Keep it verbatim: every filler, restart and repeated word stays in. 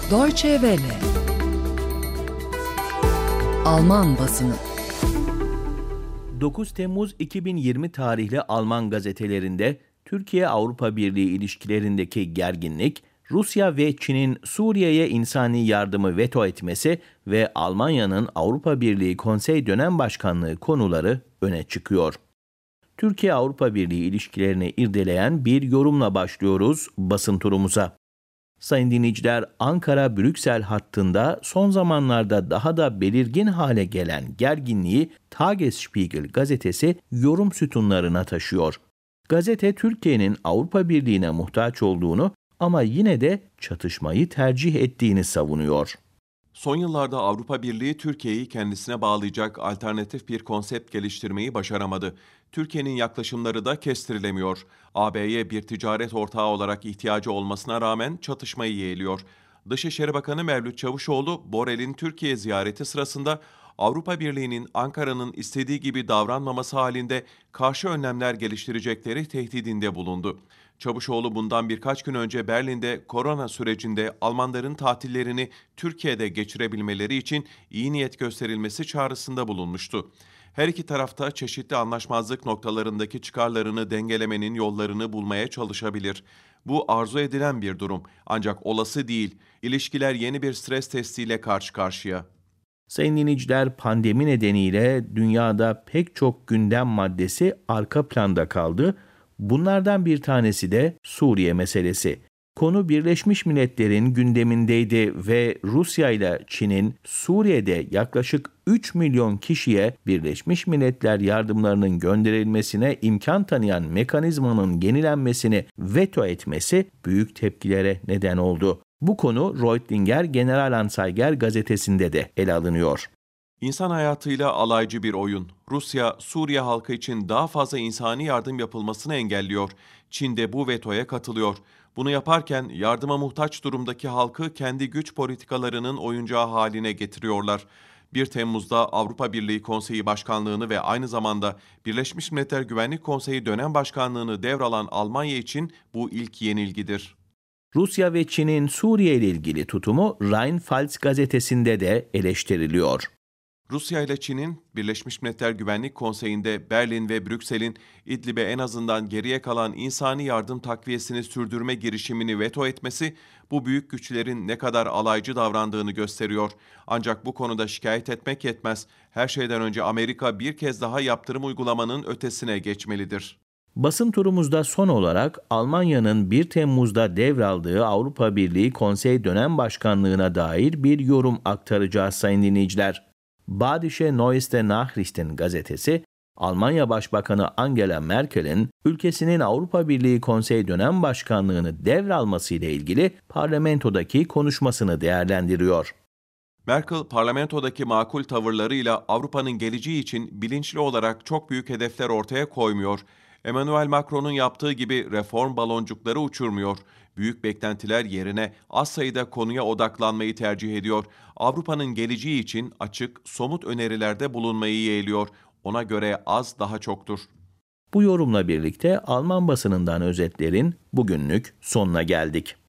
Deutsche Welle. Alman basını. dokuz Temmuz iki bin yirmi tarihli Alman gazetelerinde Türkiye-Avrupa Birliği ilişkilerindeki gerginlik, Rusya ve Çin'in Suriye'ye insani yardımı veto etmesi ve Almanya'nın Avrupa Birliği Konsey Dönem Başkanlığı konuları öne çıkıyor. Türkiye-Avrupa Birliği ilişkilerini irdeleyen bir yorumla başlıyoruz basın turumuza. Sayın dinleyiciler, Ankara-Brüksel hattında son zamanlarda daha da belirgin hale gelen gerginliği Tagesspiegel gazetesi yorum sütunlarına taşıyor. Gazete Türkiye'nin Avrupa Birliği'ne muhtaç olduğunu ama yine de çatışmayı tercih ettiğini savunuyor. Son yıllarda Avrupa Birliği Türkiye'yi kendisine bağlayacak alternatif bir konsept geliştirmeyi başaramadı. Türkiye'nin yaklaşımları da kestirilemiyor. A B'ye bir ticaret ortağı olarak ihtiyacı olmasına rağmen çatışmayı yeğliyor. Dışişleri Bakanı Mevlüt Çavuşoğlu, Borrell'in Türkiye ziyareti sırasında Avrupa Birliği'nin Ankara'nın istediği gibi davranmaması halinde karşı önlemler geliştirecekleri tehdidinde bulundu. Çavuşoğlu bundan birkaç gün önce Berlin'de korona sürecinde Almanların tatillerini Türkiye'de geçirebilmeleri için iyi niyet gösterilmesi çağrısında bulunmuştu. Her iki tarafta çeşitli anlaşmazlık noktalarındaki çıkarlarını dengelemenin yollarını bulmaya çalışabilir. Bu arzu edilen bir durum, ancak olası değil. İlişkiler yeni bir stres testiyle karşı karşıya. Sayın dinleyiciler, pandemi nedeniyle dünyada pek çok gündem maddesi arka planda kaldı. Bunlardan bir tanesi de Suriye meselesi. Konu Birleşmiş Milletler'in gündemindeydi ve Rusya ile Çin'in Suriye'de yaklaşık üç milyon kişiye Birleşmiş Milletler yardımlarının gönderilmesine imkan tanıyan mekanizmanın yenilenmesini veto etmesi büyük tepkilere neden oldu. Bu konu Reutlinger Generalanzeiger gazetesinde de ele alınıyor. İnsan hayatıyla alaycı bir oyun. Rusya, Suriye halkı için daha fazla insani yardım yapılmasını engelliyor. Çin de bu vetoya katılıyor. Bunu yaparken yardıma muhtaç durumdaki halkı kendi güç politikalarının oyuncağı haline getiriyorlar. bir Temmuz'da Avrupa Birliği Konseyi Başkanlığını ve aynı zamanda Birleşmiş Milletler Güvenlik Konseyi Dönem Başkanlığını devralan Almanya için bu ilk yenilgidir. Rusya ve Çin'in Suriye ile ilgili tutumu Rheinpfalz gazetesinde de eleştiriliyor. Rusya ile Çin'in Birleşmiş Milletler Güvenlik Konseyi'nde Berlin ve Brüksel'in İdlib'e en azından geriye kalan insani yardım takviyesini sürdürme girişimini veto etmesi, bu büyük güçlerin ne kadar alaycı davrandığını gösteriyor. Ancak bu konuda şikayet etmek yetmez. Her şeyden önce Amerika bir kez daha yaptırım uygulamanın ötesine geçmelidir. Basın turumuzda son olarak Almanya'nın bir Temmuz'da devraldığı Avrupa Birliği Konsey Dönem Başkanlığı'na dair bir yorum aktaracağız sayın dinleyiciler. Badische Neueste Nachrichten gazetesi, Almanya Başbakanı Angela Merkel'in ülkesinin Avrupa Birliği Konsey Dönem Başkanlığı'nı devralması ile ilgili parlamentodaki konuşmasını değerlendiriyor. Merkel, parlamentodaki makul tavırlarıyla Avrupa'nın geleceği için bilinçli olarak çok büyük hedefler ortaya koymuyor. Emmanuel Macron'un yaptığı gibi reform baloncukları uçurmuyor. Büyük beklentiler yerine az sayıda konuya odaklanmayı tercih ediyor. Avrupa'nın geleceği için açık, somut önerilerde bulunmayı yeğliyor. Ona göre az daha çoktur. Bu yorumla birlikte Alman basınından özetlerin bugünlük sonuna geldik.